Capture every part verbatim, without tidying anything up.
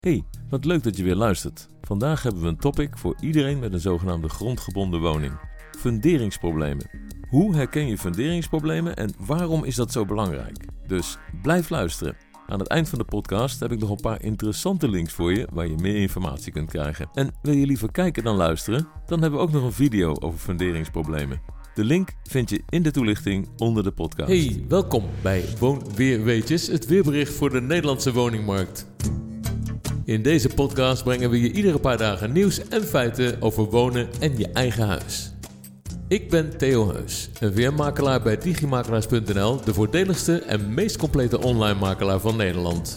Hey, wat leuk dat je weer luistert. Vandaag hebben we een topic voor iedereen met een zogenaamde grondgebonden woning. Funderingsproblemen. Hoe herken je funderingsproblemen en waarom is dat zo belangrijk? Dus blijf luisteren. Aan het eind van de podcast heb ik nog een paar interessante links voor je waar je meer informatie kunt krijgen. En wil je liever kijken dan luisteren? Dan hebben we ook nog een video over funderingsproblemen. De link vind je in de toelichting onder de podcast. Hey, welkom bij Woonweerweetjes, het weerbericht voor de Nederlandse woningmarkt. In deze podcast brengen we je iedere paar dagen nieuws en feiten over wonen en je eigen huis. Ik ben Theo Heus, een weermakelaar bij Digimakelaars punt n l, de voordeligste en meest complete online makelaar van Nederland.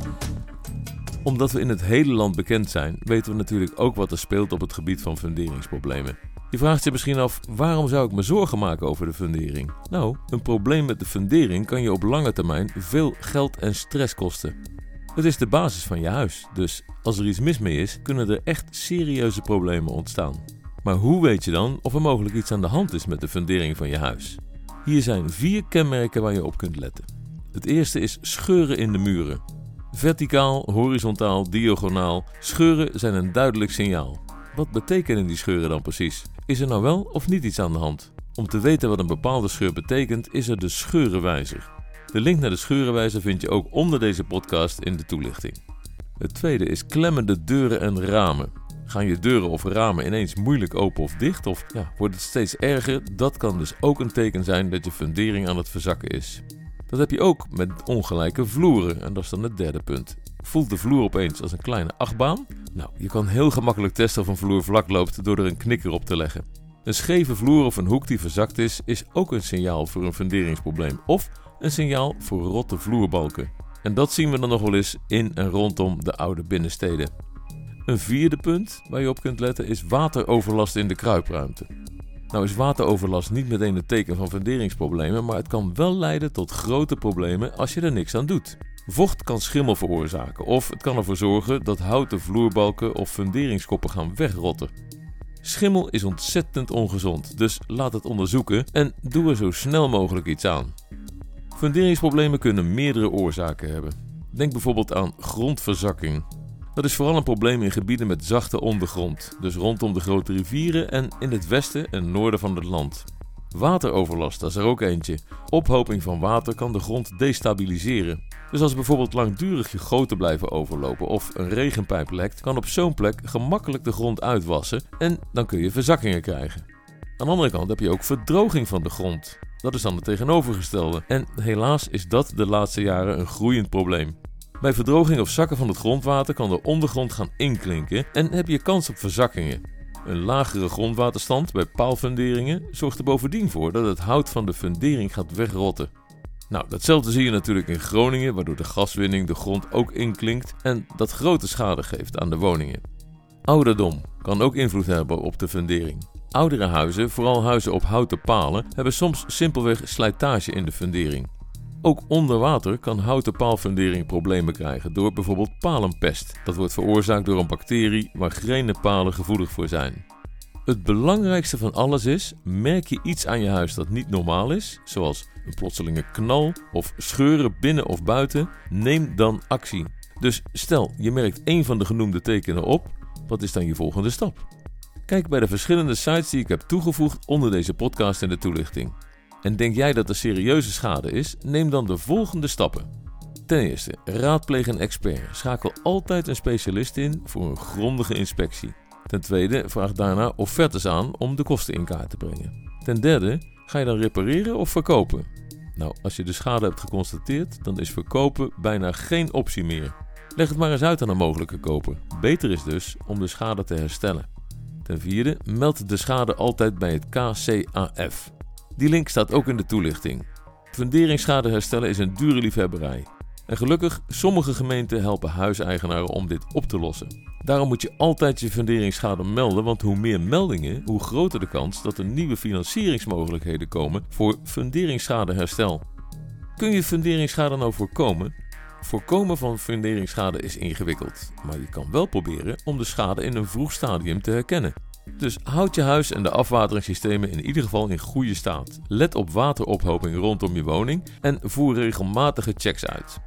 Omdat we in het hele land bekend zijn, weten we natuurlijk ook wat er speelt op het gebied van funderingsproblemen. Je vraagt je misschien af, waarom zou ik me zorgen maken over de fundering? Nou, een probleem met de fundering kan je op lange termijn veel geld en stress kosten. Het is de basis van je huis, dus als er iets mis mee is, kunnen er echt serieuze problemen ontstaan. Maar hoe weet je dan of er mogelijk iets aan de hand is met de fundering van je huis? Hier zijn vier kenmerken waar je op kunt letten. Het eerste is scheuren in de muren. Verticaal, horizontaal, diagonaal. Scheuren zijn een duidelijk signaal. Wat betekenen die scheuren dan precies? Is er nou wel of niet iets aan de hand? Om te weten wat een bepaalde scheur betekent, is er de scheurenwijzer. De link naar de scheurenwijzer vind je ook onder deze podcast in de toelichting. Het tweede is klemmende deuren en ramen. Gaan je deuren of ramen ineens moeilijk open of dicht of ja, wordt het steeds erger? Dat kan dus ook een teken zijn dat je fundering aan het verzakken is. Dat heb je ook met ongelijke vloeren en dat is dan het derde punt. Voelt de vloer opeens als een kleine achtbaan? Nou, je kan heel gemakkelijk testen of een vloer vlak loopt door er een knikker op te leggen. Een scheve vloer of een hoek die verzakt is, is ook een signaal voor een funderingsprobleem of een signaal voor rotte vloerbalken. En dat zien we dan nog wel eens in en rondom de oude binnensteden. Een vierde punt waar je op kunt letten is wateroverlast in de kruipruimte. Nou is wateroverlast niet meteen het teken van funderingsproblemen, maar het kan wel leiden tot grote problemen als je er niks aan doet. Vocht kan schimmel veroorzaken of het kan ervoor zorgen dat houten vloerbalken of funderingskoppen gaan wegrotten. Schimmel is ontzettend ongezond, dus laat het onderzoeken en doe er zo snel mogelijk iets aan. Funderingsproblemen kunnen meerdere oorzaken hebben. Denk bijvoorbeeld aan grondverzakking. Dat is vooral een probleem in gebieden met zachte ondergrond, dus rondom de grote rivieren en in het westen en noorden van het land. Wateroverlast, dat is er ook eentje. Ophoping van water kan de grond destabiliseren. Dus als bijvoorbeeld langdurig je goten blijven overlopen of een regenpijp lekt, kan op zo'n plek gemakkelijk de grond uitwassen en dan kun je verzakkingen krijgen. Aan de andere kant heb je ook verdroging van de grond. Dat is dan het tegenovergestelde. En helaas is dat de laatste jaren een groeiend probleem. Bij verdroging of zakken van het grondwater kan de ondergrond gaan inklinken en heb je kans op verzakkingen. Een lagere grondwaterstand bij paalfunderingen zorgt er bovendien voor dat het hout van de fundering gaat wegrotten. Nou, datzelfde zie je natuurlijk in Groningen, waardoor de gaswinning de grond ook inklinkt en dat grote schade geeft aan de woningen. Ouderdom kan ook invloed hebben op de fundering. Oudere huizen, vooral huizen op houten palen, hebben soms simpelweg slijtage in de fundering. Ook onder water kan houten paalfundering problemen krijgen door bijvoorbeeld palenpest. Dat wordt veroorzaakt door een bacterie waar grenen palen gevoelig voor zijn. Het belangrijkste van alles is, merk je iets aan je huis dat niet normaal is, zoals een plotselinge knal of scheuren binnen of buiten, neem dan actie. Dus stel, je merkt één van de genoemde tekenen op, wat is dan je volgende stap? Kijk bij de verschillende sites die ik heb toegevoegd onder deze podcast in de toelichting. En denk jij dat er serieuze schade is, neem dan de volgende stappen. Ten eerste, raadpleeg een expert. Schakel altijd een specialist in voor een grondige inspectie. Ten tweede, vraag daarna offertes aan om de kosten in kaart te brengen. Ten derde, ga je dan repareren of verkopen? Nou, als je de schade hebt geconstateerd, dan is verkopen bijna geen optie meer. Leg het maar eens uit aan een mogelijke koper. Beter is dus om de schade te herstellen. Ten vierde, meld de schade altijd bij het K C A F. Die link staat ook in de toelichting. Funderingsschade herstellen is een dure liefhebberij. En gelukkig, sommige gemeenten helpen huiseigenaren om dit op te lossen. Daarom moet je altijd je funderingsschade melden, want hoe meer meldingen, hoe groter de kans dat er nieuwe financieringsmogelijkheden komen voor funderingsschadeherstel. Kun je funderingsschade nou voorkomen? Voorkomen van funderingsschade is ingewikkeld, maar je kan wel proberen om de schade in een vroeg stadium te herkennen. Dus houd je huis en de afwateringssystemen in ieder geval in goede staat. Let op waterophoping rondom je woning en voer regelmatige checks uit.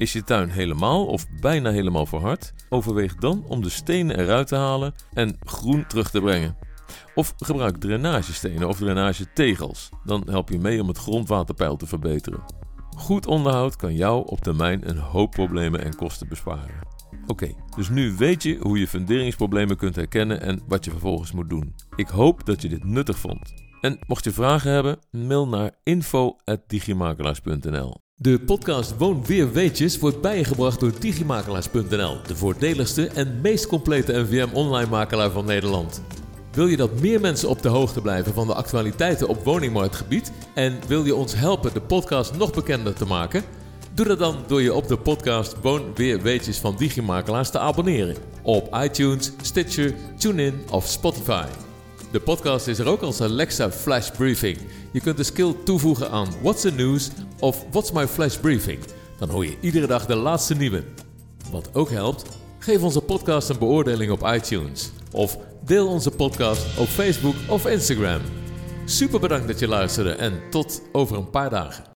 Is je tuin helemaal of bijna helemaal verhard? Overweeg dan om de stenen eruit te halen en groen terug te brengen. Of gebruik drainagestenen of drainagetegels. Dan help je mee om het grondwaterpeil te verbeteren. Goed onderhoud kan jou op termijn een hoop problemen en kosten besparen. Oké, okay, dus nu weet je hoe je funderingsproblemen kunt herkennen en wat je vervolgens moet doen. Ik hoop dat je dit nuttig vond. En mocht je vragen hebben, mail naar info at digimakelaars punt n l. De podcast Woon Weer Weetjes wordt bij je gebracht door digimakelaars punt n l, de voordeligste en meest complete N V M-online makelaar van Nederland. Wil je dat meer mensen op de hoogte blijven van de actualiteiten op woningmarktgebied en wil je ons helpen de podcast nog bekender te maken? Doe dat dan door je op de podcast Woon Weer Weetjes van Digimakelaars te abonneren op iTunes, Stitcher, TuneIn of Spotify. De podcast is er ook als Alexa Flash Briefing. Je kunt de skill toevoegen aan What's the News of What's my Flash Briefing. Dan hoor je iedere dag de laatste nieuwe. Wat ook helpt, geef onze podcast een beoordeling op iTunes. Of deel onze podcast op Facebook of Instagram. Super bedankt dat je luisterde en tot over een paar dagen.